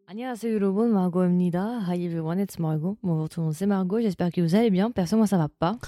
안녕하세요 여러분, Margot입니다. Hi everyone, it's Margot. Bonjour tout le monde, c'est Margot, j'espère que vous allez bien. Perso, moi ça va pas.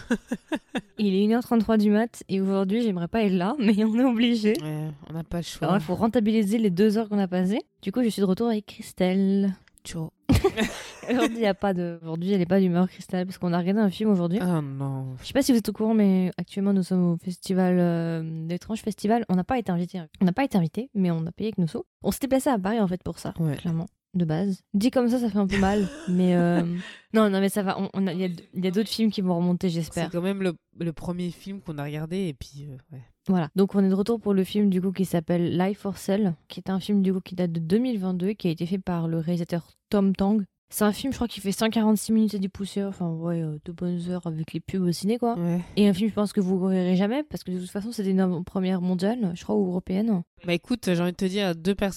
Il est 1h33 du mat et aujourd'hui j'aimerais pas être là, mais on est obligé. Ouais, on n'a pas le choix. Alors il faut rentabiliser les 2 heures qu'on a passées. Du coup je suis de retour avec Christelle. Ciao. Aujourd'hui elle est pas d'humeur Christelle parce qu'on a regardé un film aujourd'hui. Ah non. Je sais pas si vous êtes au courant, mais actuellement nous sommes au festival, l'étrange festival. On n'a pas été invités, mais on a payé avec nos sous. On s'était placé à Paris en fait pour ça, Ouais. clairement. De base. Dit comme ça fait un peu mal, mais non, mais ça va. Il y a d'autres films qui vont remonter, j'espère. C'est quand même le premier film qu'on a regardé et puis ouais. Voilà. Donc on est de retour pour le film du coup qui s'appelle Life for Sale, qui est un film du coup qui date de 2022, qui a été fait par le réalisateur Tom Tang. C'est un film, je crois, qui fait 146 minutes et du poussière. Enfin, ouais, 2 bonnes heures avec les pubs au ciné, quoi. Ouais. Et un film, je pense que vous ne verrez jamais, parce que de toute façon, c'était une première mondiale, je crois, ou européenne. Bah écoute, j'ai envie de te dire,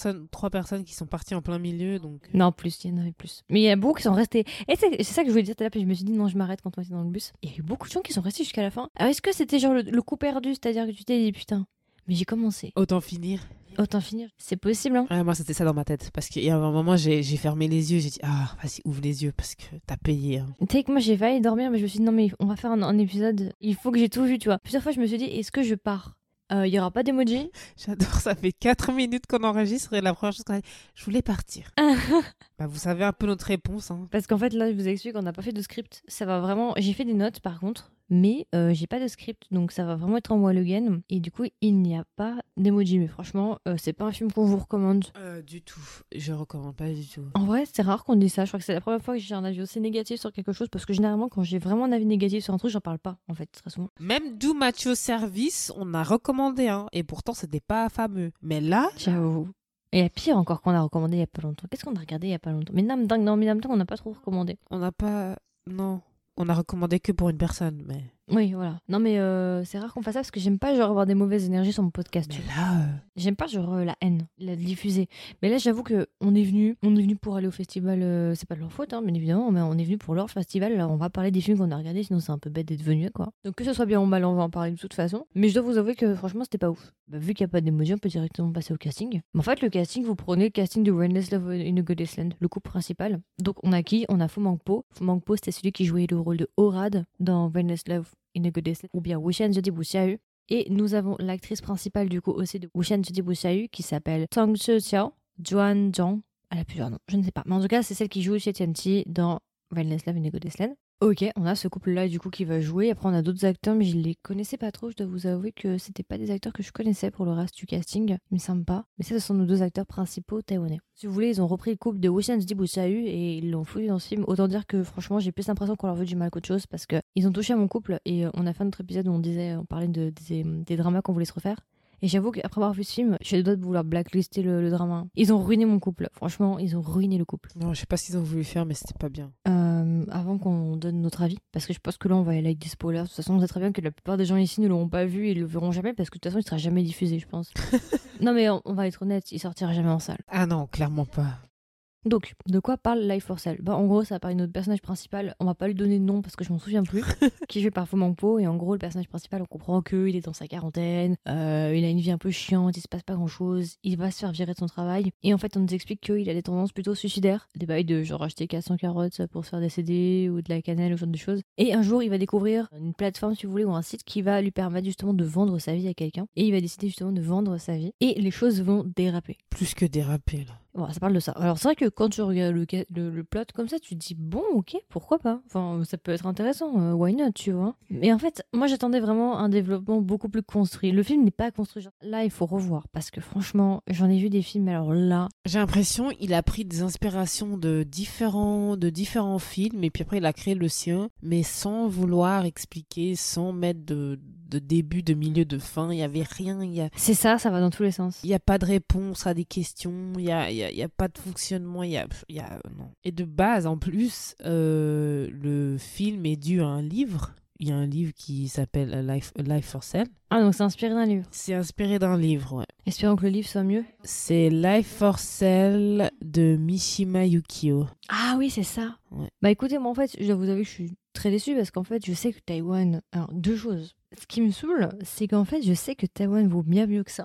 3 personnes qui sont parties en plein milieu, donc. Non, plus, il y en avait plus. Mais il y a beaucoup qui sont restés. Et c'est ça que je voulais dire tout à l'heure, puis je me suis dit, non, je m'arrête quand on était dans le bus. Il y a eu beaucoup de gens qui sont restés jusqu'à la fin. Alors, est-ce que c'était genre le coup perdu, c'est-à-dire que tu t'es dit, putain, mais j'ai commencé. Autant finir. Autant finir. C'est possible, hein. Ouais, moi, c'était ça dans ma tête. Parce qu'il y a un moment, j'ai fermé les yeux. J'ai dit, ah, vas-y, ouvre les yeux parce que t'as payé. Hein. Tu sais que moi, j'ai failli dormir, mais je me suis dit, non, mais on va faire un épisode. Il faut que j'ai tout vu, tu vois. Plusieurs fois, je me suis dit, est-ce que je pars? Il y aura pas d'emoji. J'adore, ça fait 4 minutes qu'on enregistre et la première chose qu'on a dit, je voulais partir. Bah, vous savez un peu notre réponse. Hein. Parce qu'en fait, là, je vous explique qu'on n'a pas fait de script. Ça va vraiment. J'ai fait des notes par contre, mais j'ai pas de script, donc ça va vraiment être en one again. Et du coup, il n'y a pas d'emoji. Mais franchement, c'est pas un film qu'on vous recommande. Du tout. Je recommande pas du tout. En vrai, c'est rare qu'on dise ça. Je crois que c'est la première fois que j'ai un avis aussi négatif sur quelque chose, parce que généralement, quand j'ai vraiment un avis négatif sur un truc, j'en parle pas, en fait, très souvent. Même Do Macho Service, on a recommandé, hein, et pourtant c'était pas fameux. Mais là, J'avoue. Et il y a pire encore qu'on a recommandé il y a pas longtemps. Qu'est-ce qu'on a regardé il y a pas longtemps? Mais Nam Dang, non, mais Nam Dang, on n'a pas trop recommandé. on n'a pas. Non, on a recommandé que pour une personne, mais. Oui, voilà. Non, mais c'est rare qu'on fasse ça parce que j'aime pas genre avoir des mauvaises énergies sur mon podcast. Mais tu vois. là. J'aime pas genre la haine, la diffuser. Mais là, j'avoue que on est venu pour aller au festival. C'est pas de leur faute, hein, bien évidemment, mais on est venu pour leur festival. Alors on va parler des films qu'on a regardés, sinon c'est un peu bête d'être venu, quoi. Donc que ce soit bien ou mal, on va en parler de toute façon. Mais je dois vous avouer que franchement, c'était pas ouf. Bah, vu qu'il y a pas d'émoji, on peut directement passer au casting. Mais en fait, le casting, vous prenez le casting de Wendless Love in a Good Island, le couple principal. Donc on a qui? On a Fu Mangpo. Fu Mangpo, c'était celui qui jouait le rôle de Orad dans Wendless Love in a Good Island, ou bien Wushan Jodibu Xiaoyu. Et nous avons l'actrice principale du coup aussi de Wushan Jodibu Xiaoyu qui s'appelle Tang Xiao, Joan Zhang. Elle a plusieurs noms, je ne sais pas. Mais en tout cas, c'est celle qui joue chez TNT dans Wendless Love in a Good Island. Ok, on a ce couple-là du coup qui va jouer. Après, on a d'autres acteurs, mais je les connaissais pas trop. Je dois vous avouer que c'était pas des acteurs que je connaissais pour le reste du casting. Il me semble pas. Mais ça, ce sont nos 2 acteurs principaux taïwanais. Si vous voulez, ils ont repris le couple de Wushan Jodibu Xiaoyu et ils l'ont foutu dans ce film. Autant dire que franchement, j'ai plus l'impression qu'on leur veut du mal qu'autre chose parce que ils ont touché à mon couple et on a fait un autre épisode où on parlait des dramas qu'on voulait se refaire. Et j'avoue qu'après avoir vu ce film, je suis le doigt de vouloir blacklister le drama. Ils ont ruiné mon couple. Franchement, ils ont ruiné le couple. Non, je sais pas ce qu'ils ont voulu faire, mais c'était pas bien. Avant qu'on donne notre avis, parce que je pense que là on va aller avec des spoilers. De toute façon, on sait très bien que la plupart des gens ici ne l'auront pas vu et le verront jamais parce que de toute façon il sera jamais diffusé, je pense. Non mais on va être honnête, il sortira jamais en salle. Ah non, clairement pas. Donc, de quoi parle Life for Sale? En gros, ça parle de notre personnage principal. On va pas lui donner de nom parce que je m'en souviens plus. Qui est joué par Fu Mangpo. Et en gros, le personnage principal, on comprend qu'il est dans sa quarantaine. Il a une vie un peu chiante. Il se passe pas grand chose. Il va se faire virer de son travail. Et en fait, on nous explique qu'il a des tendances plutôt suicidaires. Des bails de genre acheter 400 carottes pour se faire des CD ou de la cannelle ou ce genre de choses. Et un jour, il va découvrir une plateforme, si vous voulez, ou un site qui va lui permettre justement de vendre sa vie à quelqu'un. Et il va décider justement de vendre sa vie. Et les choses vont déraper. Plus que déraper, là. Bon, ça parle de ça. Alors c'est vrai que quand tu regardes le plot comme ça, tu te dis bon, ok, pourquoi pas. Enfin, ça peut être intéressant, why not, tu vois. Mais en fait, moi j'attendais vraiment un développement beaucoup plus construit. Le film n'est pas construit. Genre, là, il faut revoir parce que franchement, j'en ai vu des films. Alors là, j'ai l'impression il a pris des inspirations de différents films et puis après il a créé le sien, mais sans vouloir expliquer, sans mettre de début, de milieu, de fin. Il y avait rien. C'est ça va dans tous les sens. Il y a pas de réponse à des questions. Il y a pas de fonctionnement. Non. Et de base, en plus, le film est dû à un livre. Il y a un livre qui s'appelle Life for Sale. Ah, donc c'est inspiré d'un livre. C'est inspiré d'un livre, ouais. Espérons que le livre soit mieux. C'est Life for Sale de Mishima Yukio. Ah oui, c'est ça. Ouais. Bah écoutez, moi en fait, je dois vous avouer que je suis très déçue parce qu'en fait, je sais que Taïwan... Alors, 2 choses. Ce qui me saoule, c'est qu'en fait, je sais que Taïwan vaut bien mieux que ça.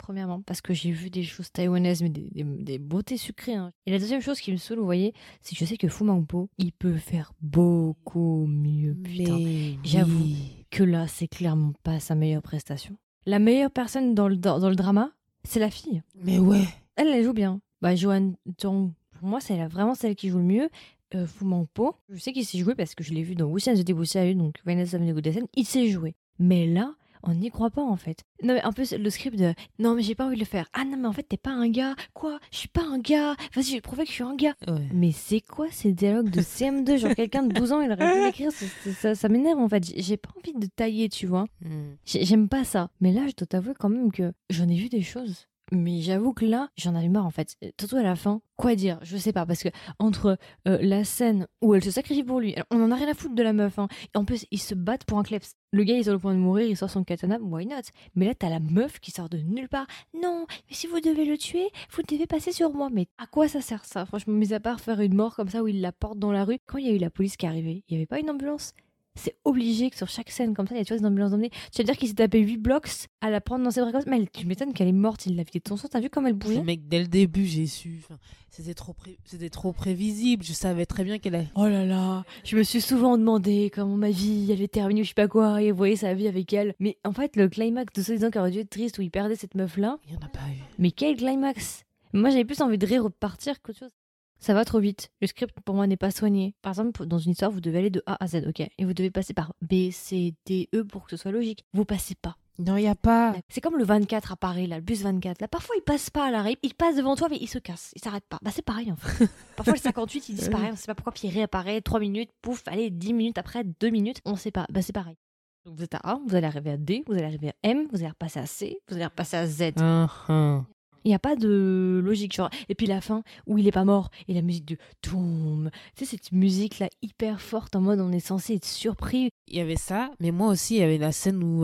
premièrement, parce que j'ai vu des choses taïwanaises, mais des beautés sucrées. Hein. Et la deuxième chose qui me saoule, vous voyez, c'est que je sais que Fu Manchu, il peut faire beaucoup mieux. Putain, Mais j'avoue oui. que là, c'est clairement pas sa meilleure prestation. La meilleure personne dans le drama, c'est la fille. Mais ouais. Elle joue bien. Bah, Joan Tong, pour moi, c'est vraiment celle qui joue le mieux. Fu Manchu, je sais qu'il sait jouer parce que je l'ai vu dans Wuxian de Debussy, donc Venus of Negotiation, il sait jouer. Mais là, on n'y croit pas en fait. Non mais en plus le script de non mais j'ai pas envie de le faire. Ah non mais en fait t'es pas un gars. Quoi? Je suis pas un gars. Vas-y je vais te prouver que je suis un gars. Ouais. Mais c'est quoi ces dialogues de CM2? Genre quelqu'un de 12 ans il aurait pu l'écrire. Ça m'énerve en fait. J'ai pas envie de tailler tu vois. J'aime pas ça. Mais là je dois t'avouer quand même que j'en ai vu des choses. Mais j'avoue que là, j'en avais marre en fait. Surtout à la fin. Quoi dire? Je sais pas. Parce que entre la scène où elle se sacrifie pour lui, alors, on en a rien à foutre de la meuf. Hein, et en plus, ils se battent pour un kleps. Le gars, il est sur le point de mourir, il sort son katana, why not? Mais là, t'as la meuf qui sort de nulle part. Non, mais si vous devez le tuer, vous devez passer sur moi. Mais à quoi ça sert ça? Franchement, mis à part faire une mort comme ça où il la porte dans la rue. Quand il y a eu la police qui est arrivée, il y avait pas une ambulance? C'est obligé que sur chaque scène comme ça, il y a des ambulances emmenées. Tu vas dire qu'il s'est tapé 8 blocs à la prendre dans ses bras comme ça. Mais tu m'étonnes qu'elle est morte, il l'a vidé de son sang. T'as vu comme elle bougeait? Mec, dès le début, j'ai su. Enfin, c'était trop prévisible. Je savais très bien qu'elle a... Oh là là, je me suis souvent demandé comment ma vie allait terminer ou je sais pas quoi, et vous voyez sa vie avec elle. Mais en fait, le climax de soi-disant qui aurait dû être triste où il perdait cette meuf-là. Il y en a pas eu. Mais quel climax! Moi, j'avais plus envie de rire ou de partir qu'autre chose. Ça va trop vite. Le script, pour moi, n'est pas soigné. Par exemple, dans une histoire, vous devez aller de A à Z, ok? Et vous devez passer par B, C, D, E pour que ce soit logique. Vous passez pas. Non, il n'y a pas. C'est comme le 24 à Paris, là, le bus 24. Là, parfois, il passe pas à l'arrêt. Il passe devant toi, mais il se casse. Il s'arrête pas. Bah, c'est pareil, en fait. Parfois, le 58, il disparaît. On sait pas pourquoi. Puis il réapparaît 3 minutes. Pouf, allez, 10 minutes après, 2 minutes. On sait pas. Bah, c'est pareil. Donc, vous êtes à A, vous allez arriver à D, vous allez arriver à M, vous allez repasser à C, vous allez repasser à Z. Il n'y a pas de logique, genre. Et puis la fin, où il est pas mort, et la musique de Toum. Tu sais, cette musique-là, hyper forte, en mode on est censé être surpris. Il y avait ça, mais moi aussi, il y avait la scène où,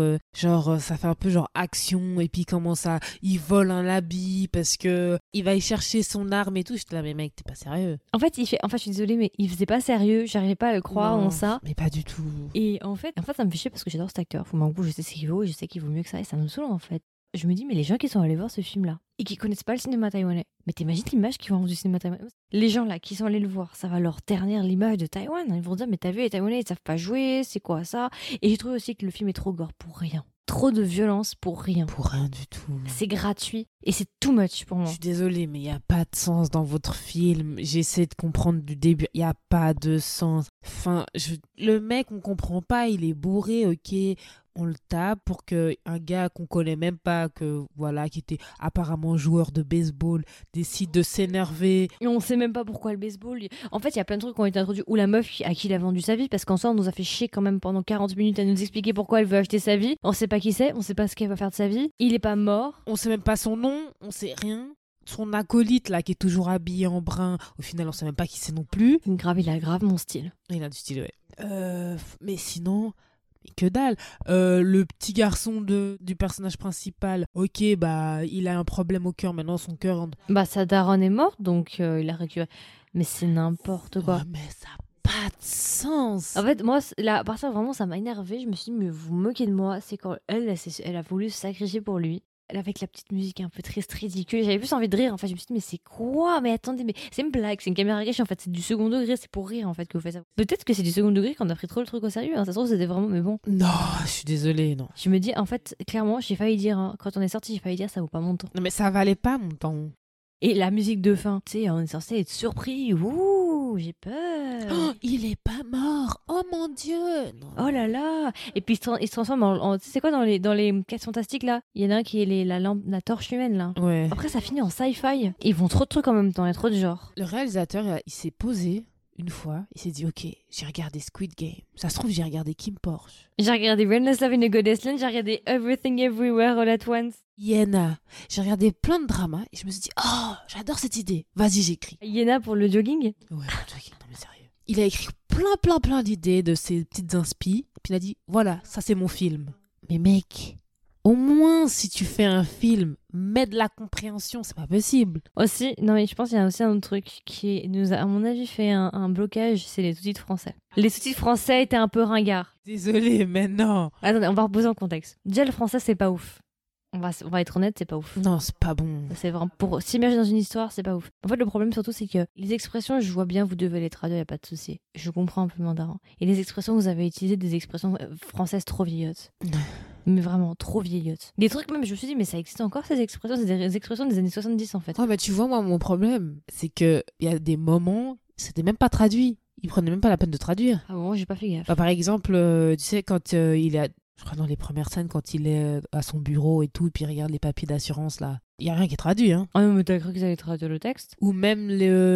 ça fait un peu genre action, et puis il commence à... Il vole un habit, parce que il va y chercher son arme et tout. J'étais là, mais mec, t'es pas sérieux. En fait, je suis désolée, mais il faisait pas sérieux, j'arrivais pas à le croire Non, en ça. mais pas du tout. Et en fait, ça me fait chier parce que j'adore cet acteur. Fu Manchu, je sais ce qu'il vaut, et je sais qu'il vaut mieux que ça, et ça me saoule en fait. Je me dis, mais les gens qui sont allés voir ce film-là et qui connaissent pas le cinéma taïwanais, mais t'imagines l'image qu'ils vont avoir du cinéma taïwanais? Les gens là qui sont allés le voir, ça va leur ternir l'image de Taïwan. Ils vont dire, mais t'as vu, les Taïwanais ils savent pas jouer, c'est quoi ça? Et j'ai trouvé aussi que le film est trop gore pour rien. Trop de violence pour rien. Pour rien du tout. C'est gratuit et c'est too much pour moi. Je suis désolée, mais il n'y a pas de sens dans votre film. J'essaie de comprendre du début. Il n'y a pas de sens. Enfin, le mec, on comprend pas. Il est bourré, ok. On le tape pour que un gars qu'on connaît même pas, qui était apparemment joueur de baseball, décide de s'énerver. Et on sait même pas pourquoi le baseball. En fait, il y a plein de trucs qui ont été introduits. Ou la meuf à qui il a vendu sa vie, parce qu'en soi, on nous a fait chier quand même pendant 40 minutes à nous expliquer pourquoi elle veut acheter sa vie. On sait pas qui c'est, on sait pas ce qu'elle va faire de sa vie. Il est pas mort. On sait même pas son nom, on sait rien. Son acolyte là qui est toujours habillé en brun, au final on sait même pas qui c'est non plus. Grave, il a grave mon style. Il a du style, ouais. Mais sinon, que dalle. Le petit garçon du personnage principal, ok, bah il a un problème au cœur, maintenant son cœur... Bah sa daronne est morte, donc il a récupéré. Mais c'est n'importe quoi. Oh, mais ça n'a pas de sens. En fait, moi, là, à part ça, vraiment, ça m'a énervé. Je me suis dit, mais vous moquez de moi. C'est quand elle a voulu se sacrifier pour lui. Avec la petite musique un peu triste, ridicule. J'avais plus envie de rire. En fait, je me suis dit, mais c'est quoi? Mais attendez, mais c'est une blague, c'est une caméra cachée. En fait, c'est du second degré, c'est pour rire en fait que vous faites ça. Peut-être que c'est du second degré qu'on a pris trop le truc au sérieux. Hein. Ça se trouve, c'était vraiment, mais bon. Non, je suis désolée, non. Je me dis, en fait, clairement, j'ai failli dire, hein, quand on est sorti, j'ai failli dire, ça vaut pas mon temps. Non, mais ça valait pas mon temps. Et la musique de fin, tu sais, on est censé être surpris. Ouh, j'ai peur. Oh, il est pas mort. Oh mon Dieu. Non. Oh là là. Et puis il se transforme en tu sais quoi, dans les 4 fantastiques là, il y en a un qui est la torche humaine là. Ouais. Après ça finit en sci-fi. Ils vont trop de trucs en même temps, il y a trop de genres. Le réalisateur, il s'est posé une fois, il s'est dit, ok, j'ai regardé Squid Game. Ça se trouve, j'ai regardé Kim Porsche. J'ai regardé Endless Love in a Goddess Land, j'ai regardé Everything Everywhere All at Once. Iena. J'ai regardé plein de dramas et je me suis dit, oh, j'adore cette idée. Vas-y, j'écris. Iena pour le jogging. Ouais, le jogging, non mais sérieux. Il a écrit plein d'idées de ses petites inspi. Puis il a dit, voilà, ça c'est mon film. Mais mec, au moins si tu fais un film, mets de la compréhension, c'est pas possible. Aussi, non mais je pense qu'il y a aussi un autre truc qui nous a, à mon avis, fait un blocage, c'est les sous-titres français. Les sous-titres français étaient un peu ringards. Désolée, mais non. Attendez, on va reposer en contexte. Déjà, le français, c'est pas ouf. on va être honnête, c'est pas ouf. Non, c'est pas bon. C'est vraiment pour s'immerger dans une histoire, c'est pas ouf. En fait, le problème surtout, c'est que les expressions, je vois bien, vous devez les traduire, y a pas de souci. Je comprends un peu le mandarin. Et les expressions, vous avez utilisé des expressions françaises trop vieillottes. Mais vraiment, trop vieillottes. Des trucs même, je me suis dit, mais ça existe encore ces expressions? C'est des expressions des années 70 en fait. Ouais, bah tu vois, moi, mon problème, c'est que il y a des moments, c'était même pas traduit. Ils prenaient même pas la peine de traduire. Ah bon, j'ai pas fait gaffe. Bah, par exemple, tu sais, quand il est, je crois dans les premières scènes, quand il est à son bureau et tout, et puis il regarde les papiers d'assurance là, il y a rien qui est traduit, hein. Ah non, mais t'as cru qu'ils allaient traduire le texte? Ou même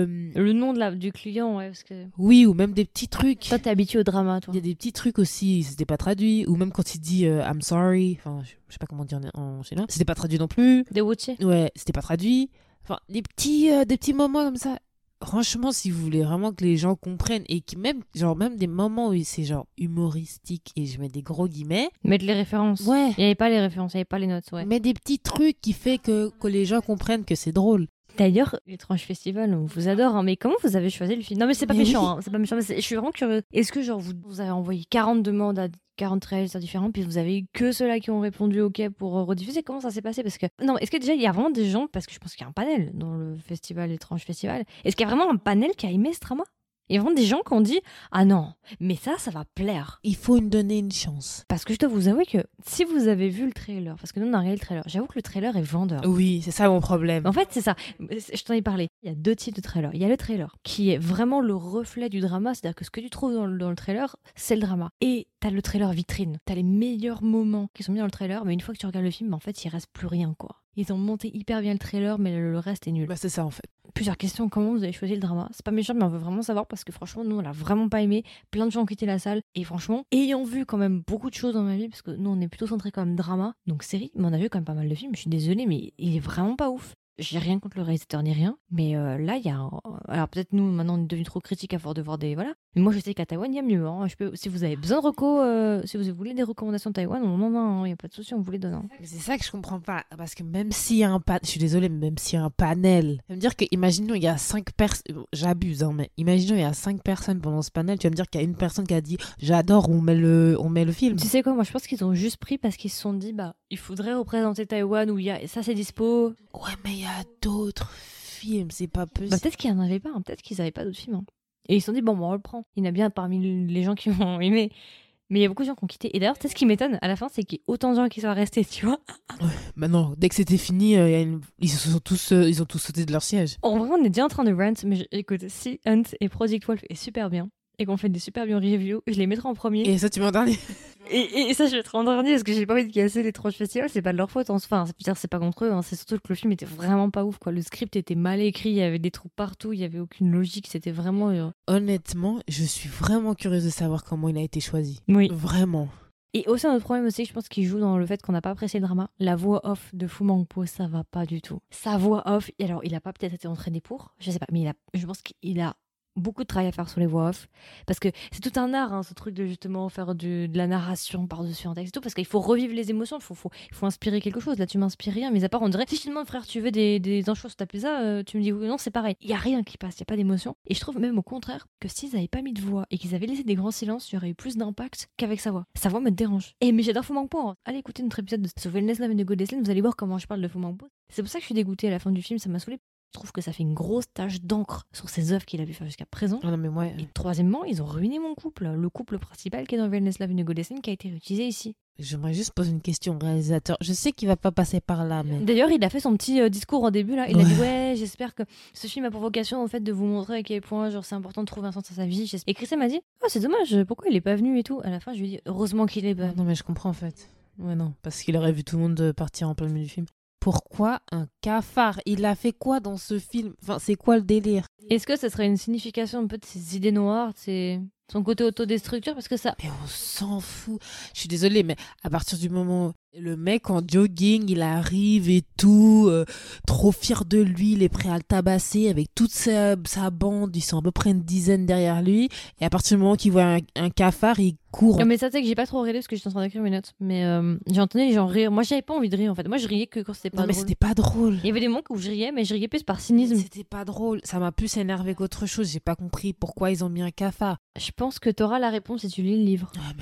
Le nom du client, ouais, parce que... oui, ou même des petits trucs. Toi, t'es habitué au drama, toi. Il y a des petits trucs aussi, c'était pas traduit. Ou même quand il dit I'm sorry, enfin, je sais pas comment dire en chinois, c'était pas traduit non plus. Des Wuchi. Ouais, c'était pas traduit. Enfin, des petits moments comme ça. Franchement, si vous voulez vraiment que les gens comprennent et qui même, genre, même des moments où c'est genre humoristique et je mets des gros guillemets. Mettre les références. Ouais. Il y avait pas les références, il y avait pas les notes, ouais. Mais des petits trucs qui fait que les gens comprennent que c'est drôle. D'ailleurs, l'étrange festival, on vous adore, hein, mais comment vous avez choisi le film? Non, mais c'est pas Mais méchant, oui. hein, c'est pas méchant, mais je suis vraiment curieuse. Est-ce que, genre, vous avez envoyé 40 demandes à 40 réalisateurs différents, puis vous avez eu que ceux-là qui ont répondu OK pour rediffuser? Comment ça s'est passé? Parce que, non, est-ce que déjà, il y a vraiment des gens, parce que je pense qu'il y a un panel dans le festival, l'étrange festival, est-ce qu'il y a vraiment un panel qui a aimé ce drama? Il y a vraiment des gens qui ont dit ah non, mais ça va plaire. Il faut me donner une chance. Parce que je dois vous avouer que si vous avez vu le trailer, parce que nous on a regardé le trailer, j'avoue que le trailer est vendeur. Oui, c'est ça mon problème. En fait, c'est ça. Je t'en ai parlé. Il y a deux types de trailers. Il y a le trailer qui est vraiment le reflet du drama, c'est-à-dire que ce que tu trouves dans le trailer, c'est le drama. Et t'as le trailer vitrine. T'as les meilleurs moments qui sont mis dans le trailer, mais une fois que tu regardes le film, en fait, il reste plus rien, quoi. Ils ont monté hyper bien le trailer, mais le reste est nul. Bah, c'est ça en fait. Plusieurs questions. Comment vous avez choisi le drama? C'est pas méchant, mais on veut vraiment savoir parce que franchement, nous, on l'a vraiment pas aimé. Plein de gens ont quitté la salle. Et franchement, ayant vu quand même beaucoup de choses dans ma vie, parce que nous, on est plutôt centré quand même drama, donc série, mais on a vu quand même pas mal de films. Je suis désolée, mais il est vraiment pas ouf. J'ai rien contre le réalisateur ni rien, mais là, il y a alors peut-être nous, maintenant, on est devenus trop critiques à force de voir des... Voilà. Mais moi, je sais qu'à Taïwan, il y a mieux. Hein. Si vous avez besoin de recos, si vous voulez des recommandations de Taïwan, on en a, hein. Il n'y a pas de souci, on vous les donne. Hein. Mais c'est ça que je comprends pas. Parce que même s'il y a un panel, je suis désolée, mais même s'il y a un panel, ça veut me dire que, imaginons, il y a 5 personnes, j'abuse, hein, mais imaginons, il y a 5 personnes pendant ce panel, tu vas me dire qu'il y a une personne qui a dit j'adore, on met le film. Tu sais quoi, moi je pense qu'ils ont juste pris parce qu'ils se sont dit, bah, il faudrait représenter Taïwan où il y a ça, c'est dispo. Ouais, mais il y a d'autres films, c'est pas possible. Bah, peut-être qu'il n'y en avait pas, hein. Peut-être qu'ils n'avaient pas d'autres films. Hein. Et ils se sont dit, bon, on le prend. Il y en a bien parmi les gens qui ont aimé. Mais il y a beaucoup de gens qui ont quitté. Et d'ailleurs, tu sais ce qui m'étonne à la fin, c'est qu'il y ait autant de gens qui soient restés, tu vois. Ouais, bah non, dès que c'était fini, ils ont tous sauté de leur siège. En vrai, on est déjà en train de rant, mais écoute, si Hunt et Project Wolf est super bien, et qu'on fait des super bien reviews, je les mettrai en premier. Et ça, tu mets en dernier. Et ça, je vais mettrai en dernier parce que j'ai pas envie de casser l'étrange festival, c'est pas de leur faute. Enfin, c'est pas contre eux, hein. C'est surtout que le film était vraiment pas ouf, quoi. Le script était mal écrit, il y avait des trous partout, il y avait aucune logique, c'était vraiment. Honnêtement, je suis vraiment curieuse de savoir comment il a été choisi. Oui. Vraiment. Et aussi, un autre problème aussi, je pense qu'il joue dans le fait qu'on n'a pas apprécié le drama. La voix off de Fu Mangpo, ça va pas du tout. Sa voix off, alors il a pas peut-être été entraîné pour, je sais pas, mais je pense qu'il a beaucoup de travail à faire sur les voix off parce que c'est tout un art, hein, ce truc de justement faire de la narration par-dessus un texte et tout, parce qu'il faut revivre les émotions, il faut inspirer quelque chose. Là tu m'inspires rien, mais à part on dirait si je te demande frère tu veux des anchois sur ta pizza, tu me dis oui, non, c'est pareil, il y a rien qui passe, il y a pas d'émotion. Et je trouve même au contraire que s'ils avaient pas mis de voix et qu'ils avaient laissé des grands silences, il y aurait eu plus d'impact qu'avec sa voix me dérange. Et mais j'adore Fu Mangpo, hein. Allez écouter notre épisode de The Wellness Love and the Good Lesson, vous allez voir comment je parle de Fu Mangpo. C'est pour ça que je suis dégoûtée à la fin du film, ça m'a saoulée. Je trouve que ça fait une grosse tache d'encre sur ses œuvres qu'il a pu faire jusqu'à présent. Non, mais moi... Et troisièmement, ils ont ruiné mon couple. Le couple principal qui est dans Wellness Love and the Good Lesson qui a été réutilisé ici. J'aimerais juste poser une question au réalisateur. Je sais qu'il va pas passer par là, mais... D'ailleurs, il a fait son petit discours en début, là. Il a dit, ouais, j'espère que ce film a pour vocation, en fait, de vous montrer à quel point, genre, c'est important de trouver un sens à sa vie. Et Christian m'a dit, oh, c'est dommage, pourquoi il est pas venu et tout. À la fin, je lui ai dit, heureusement qu'il est pas. Non, mais je comprends, en fait. Ouais, non, parce qu'il aurait vu tout le monde partir en plein milieu du film. Pourquoi un cafard? Il a fait quoi dans ce film? Enfin, c'est quoi le délire? Est-ce que ce serait une signification un peu de ses idées noires, de son côté autodestructeur? Parce que ça... Mais on s'en fout. Je suis désolée, mais à partir du moment où le mec en jogging, il arrive et tout, trop fier de lui, il est prêt à le tabasser avec toute sa bande, ils sont à peu près une dizaine derrière lui, et à partir du moment qu'il voit un cafard, il court. Non, mais ça, c'est que j'ai pas trop regardé parce que j'étais en train d'écrire mes notes. Mais j'ai entendu les gens rire. Moi, j'avais pas envie de rire en fait. Moi, je riais que quand c'était pas non, mais drôle. c'était pas drôle. Il y avait des moments où je riais, mais je riais plus par cynisme. C'était pas drôle. Ça m'a plus énervé qu'autre chose. J'ai pas compris pourquoi ils ont mis un cafard. Je pense que t'auras la réponse si tu lis le livre. Ah, mais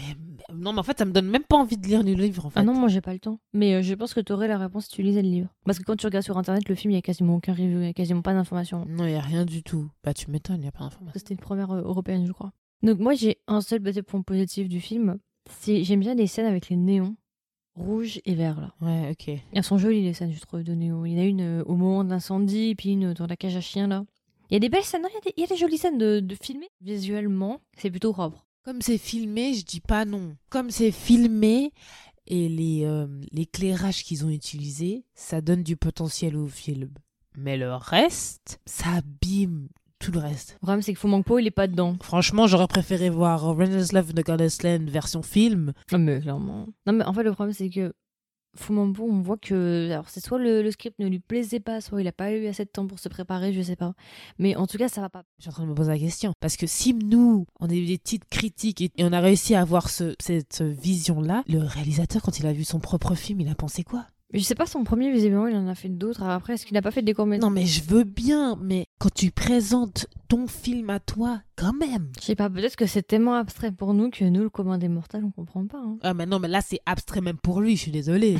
Non, mais en fait, ça me donne même pas envie de lire le livre, en fait. Ah non, moi j'ai pas le temps. Mais je pense que t'aurais la réponse si tu lisais le livre. Parce que quand tu regardes sur internet, le film, il y a quasiment aucun review, il y a quasiment pas d'informations. Non, il y a rien du tout. Bah, tu m'étonnes, il y a pas d'information. C'était une première européenne, je crois. Donc moi j'ai un seul point positif du film. J'aime bien les scènes avec les néons rouges et verts là. Ouais, ok. Elles sont jolies les scènes, je trouve, de néons. Il y en a une au moment de l'incendie, puis une dans la cage à chiens là. Il y a des belles scènes, non, il y a des jolies scènes de filmer. Visuellement, c'est plutôt propre. Comme c'est filmé, je dis pas non. Comme c'est filmé et l'éclairage qu'ils ont utilisé, ça donne du potentiel au film. Mais le reste, ça abîme tout le reste. Le problème, c'est que Fu Manchu, il est pas dedans. Franchement, j'aurais préféré voir Runner's Love in the Goddess Land version film. Ah, mais clairement. Non, mais en fait, le problème, c'est que Fu Manchu, on voit que. Alors, c'est soit le script ne lui plaisait pas, soit il a pas eu assez de temps pour se préparer, je sais pas. Mais en tout cas, ça va pas. Je suis en train de me poser la question. Parce que si nous, on a eu des petites critiques et on a réussi à avoir cette vision-là, le réalisateur, quand il a vu son propre film, il a pensé quoi? Je sais pas, son premier, visiblement, il en a fait d'autres. Après, est-ce qu'il a pas fait des courts-métrages? Non, mais je veux bien, mais quand tu présentes ton film à toi, quand même. Je sais pas, peut-être que c'est tellement abstrait pour nous que nous, le commun des mortels, on comprend pas. Hein. Ah, mais non, mais là, c'est abstrait même pour lui, je suis désolée.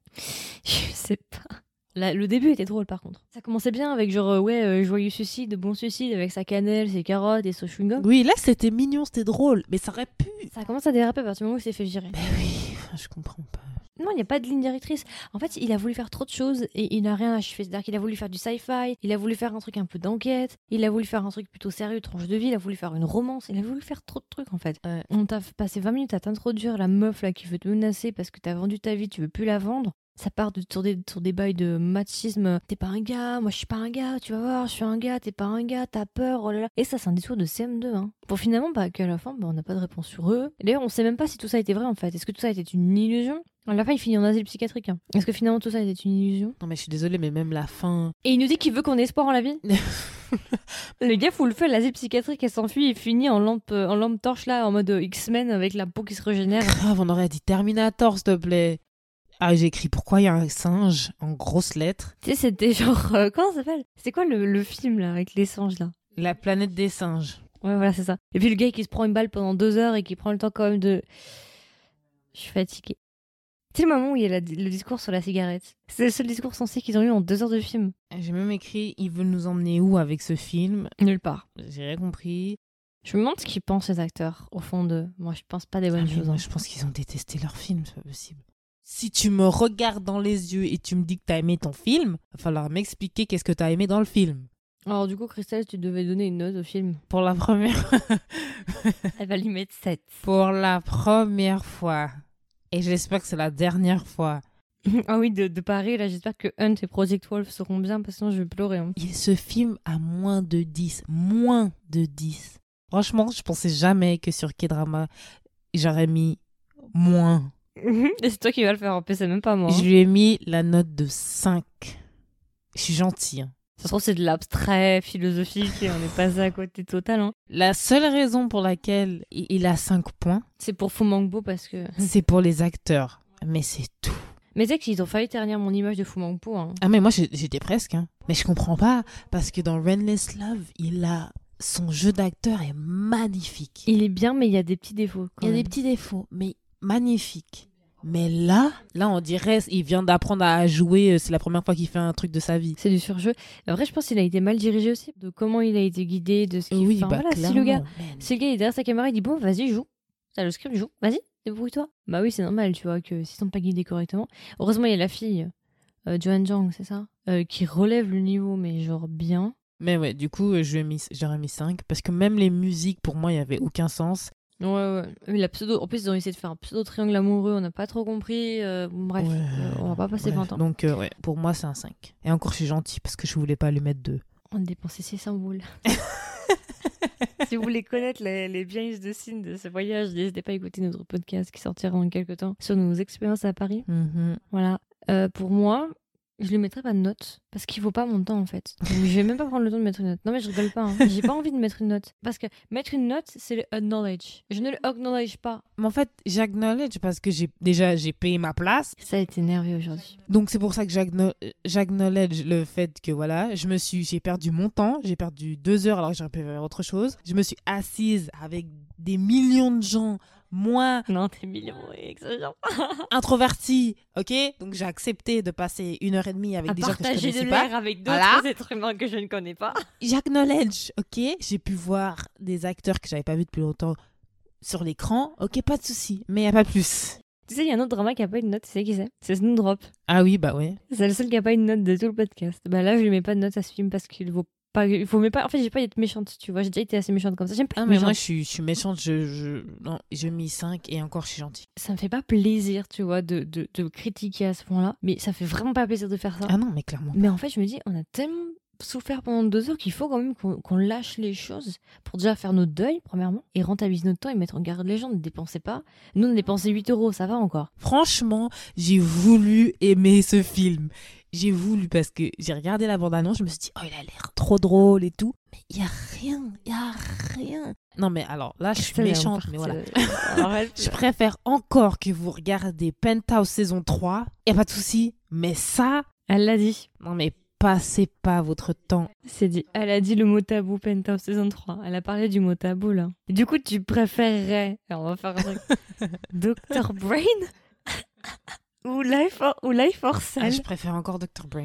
Je sais pas. Là, le début était drôle par contre. Ça commençait bien avec genre, joyeux suicide, bon suicide, avec sa cannelle, ses carottes et son chewing-gum. Oui, là, c'était mignon, c'était drôle, mais ça aurait pu. Ça commence à déraper à partir du moment où il s'est fait virer. Mais oui, je comprends pas. Non, il n'y a pas de ligne directrice. En fait, il a voulu faire trop de choses et il n'a rien achevé. C'est-à-dire qu'il a voulu faire du sci-fi, il a voulu faire un truc un peu d'enquête, il a voulu faire un truc plutôt sérieux, tranche de vie, il a voulu faire une romance, il a voulu faire trop de trucs en fait. On t'a passé 20 minutes à t'introduire la meuf là qui veut te menacer parce que t'as vendu ta vie, tu veux plus la vendre. Ça part sur des bails de machisme. T'es pas un gars, moi je suis pas un gars, tu vas voir, je suis un gars, t'es pas un gars, t'as peur, oh là là. Et ça, c'est un discours de CM2. Hein. Pour finalement, qu'à la fin, on n'a pas de réponse sur eux. Et d'ailleurs, on sait même pas si tout ça était vrai en fait. Est-ce que tout ça était une illusion? À la fin, il finit en asile psychiatrique. Hein. Est-ce que finalement tout ça était une illusion? Non, mais je suis désolée, mais même la fin. Et il nous dit qu'il veut qu'on ait espoir en la vie. Le gars fout le feu à l'asile psychiatrique et s'enfuit et finit en lampe torche là, en mode X-Men avec la peau qui se régénère. Grave, on aurait dit Terminator, s'il te plaît. Ah, j'ai écrit pourquoi il y a un singe en grosses lettres. Tu sais, c'était genre. Comment ça s'appelle? C'est quoi le film là, avec les singes là? La planète des singes. Ouais, voilà, c'est ça. Et puis le gars qui se prend une balle pendant 2 heures et qui prend le temps quand même de. Je suis fatiguée. C'est le moment où il y a le discours sur la cigarette. C'est le seul discours censé qu'ils ont eu en 2 heures de film. J'ai même écrit ils veulent nous emmener où avec ce film? Nulle part. J'ai rien compris. Je me demande ce qu'ils pensent les acteurs, au fond d'eux. Moi, je pense pas des bonnes choses. Hein. Je pense qu'ils ont détesté leur film, c'est pas possible. Si tu me regardes dans les yeux et tu me dis que t'as aimé ton film, va falloir m'expliquer qu'est-ce que t'as aimé dans le film. Alors du coup, Christelle, tu devais donner une note au film. Pour la première... Elle va lui mettre 7. Pour la première fois. Et j'espère que c'est la dernière fois. Ah oui, de Paris, là, j'espère que Hunt et Project Wolf seront bien, parce que sinon je vais pleurer. Hein. Ce film a moins de 10. Moins de 10. Franchement, je pensais jamais que sur K-Drama, j'aurais mis moins. Et c'est toi qui vas le faire en plus, c'est même pas moi. Je lui ai mis la note de 5. Je suis gentille. Hein. Ça se trouve, c'est de l'abstrait philosophique et on est passé à côté total. Hein. La seule raison pour laquelle il a 5 points, c'est pour Fu Manchu parce que... c'est pour les acteurs. Mais c'est tout. Mais tu sais qu'ils ont failli ternir mon image de Fu Manchu. Hein. Ah mais moi j'étais presque. Hein. Mais je comprends pas parce que dans Runless Love, son jeu d'acteur est magnifique. Il est bien mais il y a des petits défauts. Il y a des petits défauts, mais magnifique. Mais là, on dirait il vient d'apprendre à jouer, c'est la première fois qu'il fait un truc de sa vie. C'est du surjeu. En vrai, je pense qu'il a été mal dirigé aussi, de comment il a été guidé, de ce qu'il fait. Voilà, si le gars est derrière sa caméra, il dit bon, vas-y, joue. T'as le script, joue. Vas-y, débrouille-toi. Bah oui, c'est normal, tu vois, que s'ils sont pas guidés correctement. Heureusement, il y a la fille, Joan Jang, c'est ça, qui relève le niveau, mais genre bien. Mais ouais, du coup, j'aurais mis 5, parce que même les musiques, pour moi, il n'y avait aucun sens. Ouais. La pseudo... En plus, ils ont essayé de faire un pseudo-triangle amoureux, on n'a pas trop compris. Bref, on va pas passer 20 ans. Donc, pour moi, c'est un 5. Et encore, je suis gentille parce que je voulais pas lui mettre 2. On a dépensé 600 boules. Si vous voulez connaître les behind the scenes de ce voyage, n'hésitez pas à écouter notre podcast qui sortira dans quelques temps sur nos expériences à Paris. Mm-hmm. Voilà. Pour moi, je lui mettrai pas de note parce qu'il faut pas mon temps en fait. Donc, je vais même pas prendre le temps de mettre une note. Non mais je rigole pas. Hein. J'ai pas envie de mettre une note parce que mettre une note c'est le acknowledge. Je ne le acknowledge pas. Mais en fait, j'acknowledge parce que j'ai payé ma place. Ça a été énervé aujourd'hui. Donc c'est pour ça que j'acknowledge le fait que voilà, j'ai perdu mon temps, j'ai perdu 2 heures alors que j'aurais pu faire autre chose. Je me suis assise avec des millions de gens moins Non, t'es mignon, exagère pas. introverti, ok? Donc j'ai accepté de passer 1h30 avec À des gens que je partager de connaissais l'air pas. avec d'autres Voilà. êtres humains que je ne connais pas. J'acknowledge, ok? J'ai pu voir des acteurs que j'avais pas vus depuis longtemps sur l'écran, ok, pas de souci, mais y a pas plus. Tu sais, il y a un autre drama qui a pas une note, tu sais qui c'est? C'est Snowdrop. Ah oui, bah ouais. C'est le seul qui a pas une note de tout le podcast. Bah là, je lui mets pas de note à ce film parce qu'il vaut pas. Il faut même pas. En fait, j'ai pas été méchante, tu vois. J'ai déjà été assez méchante comme ça. J'aime pas Ah être mais méchante. moi je suis méchante, non, je mis 5 et encore je suis gentille. Ça me fait pas plaisir, tu vois, de critiquer à ce point-là. Mais ça fait vraiment pas plaisir de faire ça. Ah non, mais clairement. Mais en fait, je me dis, on a tellement souffert pendant 2 heures qu'il faut quand même qu'on lâche les choses pour déjà faire notre deuil, premièrement, et rentabiliser notre temps et mettre en garde les gens. Ne dépensez pas. Nous, on a dépensé 8 euros, ça va encore. Franchement, j'ai voulu aimer ce film. J'ai voulu parce que j'ai regardé la bande-annonce, je me suis dit, oh, il a l'air trop drôle et tout. Mais il y a rien. Non, mais alors là, je suis méchante, mais voilà. Je préfère encore que vous regardez Penthouse saison 3, y a pas de souci. Mais ça, Elle l'a dit. non, mais passez pas votre temps. C'est dit. Elle a dit le mot tabou Penthouse saison 3. Elle a parlé du mot tabou, là. Et du coup, tu préférerais, alors on va faire un truc, Dr. Brain ou Life for Cell. Ah, je préfère encore Dr. Brain.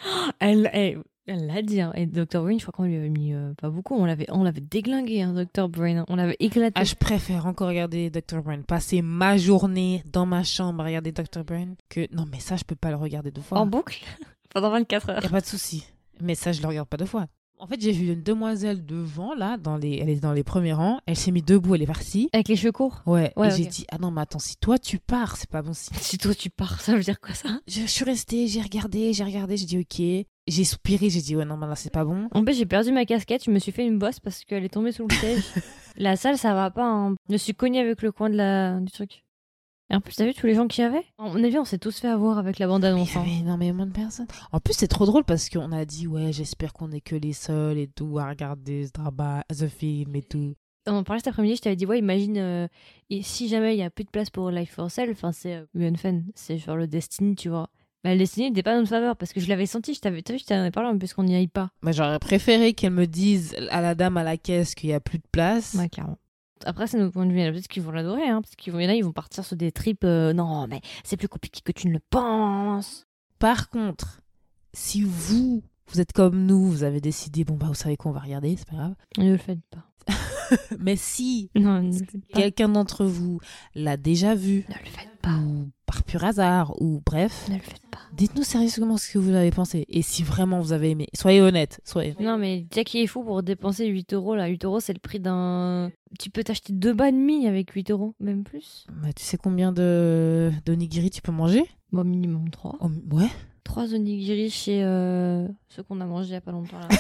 Elle l'a dit, hein. Et Dr. Brain, je crois qu'on lui avait mis pas beaucoup. On l'avait déglingué, hein, Dr. Brain. On l'avait éclaté. Ah, je préfère encore regarder Dr. Brain. Passer ma journée dans ma chambre à regarder Dr. Brain que... Non, mais ça, je peux pas le regarder 2 fois. En boucle pendant 24 heures. Y a pas de souci. Mais ça, je le regarde pas 2 fois. En fait, j'ai vu une demoiselle devant, là, elle est dans les premiers rangs. Elle s'est mise debout, elle est partie. Avec les cheveux courts. Ouais, Ouais, et ok. j'ai dit, ah non, mais attends, si toi tu pars, c'est pas bon signe. Si toi tu pars, ça veut dire quoi ça? Je suis restée, j'ai regardé, j'ai dit ok. J'ai soupiré, j'ai dit, ouais, non, mais là, c'est pas bon. En plus, j'ai perdu ma casquette, je me suis fait une bosse parce qu'elle est tombée sous le siège. La salle, ça va pas, hein. Je me suis cognée avec le coin du truc. Et en plus, t'as vu tous les gens qu'il y avait? À mon avis, on s'est tous fait avoir avec la bande-annonce. Il y avait énormément de personnes. En plus, c'est trop drôle parce qu'on a dit, ouais, j'espère qu'on est que les seuls et tout à regarder ce drama, ce film et tout. On en parlait cet après-midi, je t'avais dit, ouais, imagine, et si jamais il y a plus de place pour Life for Cell, enfin, c'est Unfan, c'est genre le Destiny, tu vois. Bah, le Destiny n'était pas dans notre faveur parce que je l'avais senti, t'as vu, je t'en avais parlé, puisqu'on n'y aille pas. Bah, j'aurais préféré qu'elle me dise à la dame à la caisse qu'il y a plus de place. Ouais, clairement. Après, c'est notre point de vue. Peut-être qu'ils vont l'adorer, hein, parce qu'il y en a, ils vont partir sur des trips. Non, mais c'est plus compliqué que tu ne le penses. Par contre, si vous êtes comme nous, vous avez décidé, bon, bah, vous savez quoi, on va regarder, c'est pas grave. Ne le faites pas. Mais si Non, ne le faites pas. quelqu'un d'entre vous l'a déjà vu, Ne le faites pas. ou par pur hasard, ou bref, Ne le faites pas. dites-nous sérieusement ce que vous avez pensé. Et si vraiment vous avez aimé, soyez honnête. Non, mais Jackie est fou pour dépenser 8 euros. Là, 8 euros, c'est le prix d'un. Tu peux t'acheter 2 bas de mie avec 8 euros, même plus. Bah, tu sais combien de onigiri tu peux manger? Bon, minimum 3. Oh, ouais. 3 onigiri chez ceux qu'on a mangé il y a pas longtemps. Là.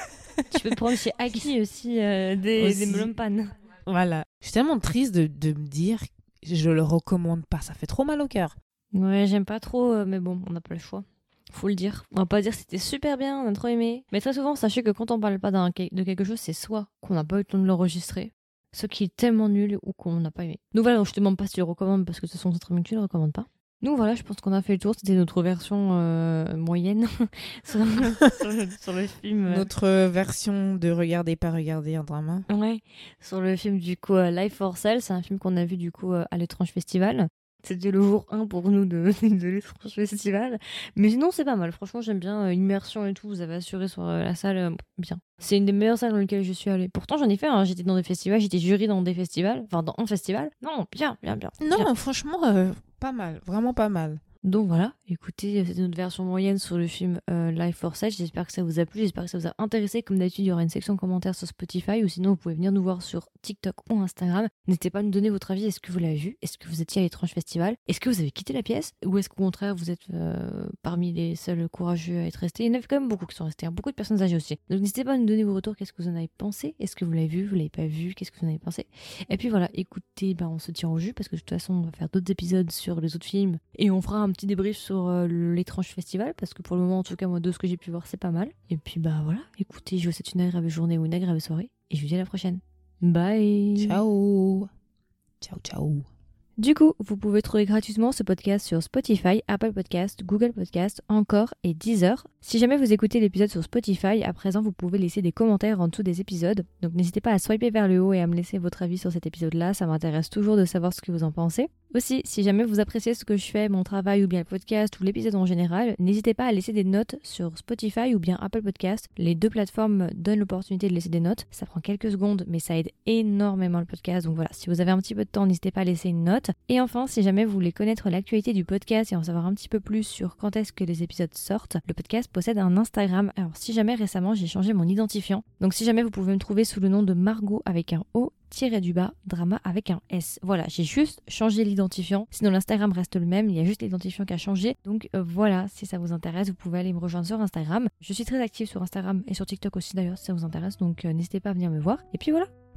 Tu peux prendre chez Aki aussi des melon pan. Voilà. Je suis tellement triste de me dire je le recommande pas. Ça fait trop mal au cœur. Ouais, j'aime pas trop, mais bon, on n'a pas le choix. Faut le dire. On va pas dire que c'était super bien, on a trop aimé. Mais très souvent, sachez que quand on parle pas de quelque chose, c'est soit qu'on n'a pas eu le temps de l'enregistrer, soit qu'il est tellement nul ou qu'on n'a pas aimé. Donc voilà, donc je te demande pas si tu le recommandes parce que ce sont des trucs que tu ne recommandes pas. Donc voilà, je pense qu'on a fait le tour. C'était notre version moyenne sur le film. Notre version de regarder pas regarder un drama. Ouais, sur le film du coup Life for Sale. C'est un film qu'on a vu du coup à l'Étrange Festival. C'était le jour 1 pour nous de l'Étrange Festival. Mais sinon, c'est pas mal. Franchement, j'aime bien immersion et tout. Vous avez assuré sur la salle, bien. C'est une des meilleures salles dans lesquelles je suis allée. Pourtant, j'en ai fait. Hein. J'étais dans des festivals, j'étais jury dans des festivals. Enfin, dans un festival. Non, bien. Non, franchement, pas mal. Vraiment pas mal. Donc voilà, écoutez, c'était notre version moyenne sur le film Life for Sale. J'espère que ça vous a plu, j'espère que ça vous a intéressé. Comme d'habitude, il y aura une section commentaires sur Spotify ou sinon vous pouvez venir nous voir sur TikTok ou Instagram. N'hésitez pas à nous donner votre avis. Est-ce que vous l'avez vu? Est-ce que vous étiez à l'Étrange Festival? Est-ce que vous avez quitté la pièce? Ou est-ce qu'au contraire vous êtes parmi les seuls courageux à être restés? Il y en avait quand même beaucoup qui sont restés, hein. Beaucoup de personnes âgées aussi. Donc n'hésitez pas à nous donner vos retours. Qu'est-ce que vous en avez pensé? Est-ce que vous l'avez vu? Vous l'avez pas vu? Qu'est-ce que vous en avez pensé? Et puis voilà, écoutez, on se tient au jus parce que de toute façon on va faire d'autres épisodes sur les autres films et on fera un petit débrief sur l'Étrange Festival parce que pour le moment en tout cas moi de ce que j'ai pu voir c'est pas mal. Et puis voilà, écoutez, je vous souhaite une agréable journée ou une agréable soirée et je vous dis à la prochaine. Bye. Ciao. Ciao. Du coup, vous pouvez trouver gratuitement ce podcast sur Spotify, Apple Podcast, Google Podcast, Encore et Deezer. Si jamais vous écoutez l'épisode sur Spotify, à présent vous pouvez laisser des commentaires en dessous des épisodes. Donc n'hésitez pas à swiper vers le haut et à me laisser votre avis sur cet épisode-là, ça m'intéresse toujours de savoir ce que vous en pensez. Aussi, si jamais vous appréciez ce que je fais, mon travail ou bien le podcast ou l'épisode en général, n'hésitez pas à laisser des notes sur Spotify ou bien Apple Podcast. Les deux plateformes donnent l'opportunité de laisser des notes. Ça prend quelques secondes, mais ça aide énormément le podcast. Donc voilà, si vous avez un petit peu de temps, n'hésitez pas à laisser une note. Et enfin, si jamais vous voulez connaître l'actualité du podcast et en savoir un petit peu plus sur quand est-ce que les épisodes sortent, le podcast possède un Instagram. Alors si jamais récemment j'ai changé mon identifiant, donc si jamais vous pouvez me trouver sous le nom de Margot avec un O tiré-du-bas, drama avec un S. Voilà, j'ai juste changé l'identifiant. Sinon l'Instagram reste le même, il y a juste l'identifiant qui a changé. Donc voilà, si ça vous intéresse, vous pouvez aller me rejoindre sur Instagram. Je suis très active sur Instagram et sur TikTok aussi d'ailleurs si ça vous intéresse, donc n'hésitez pas à venir me voir. Et puis voilà.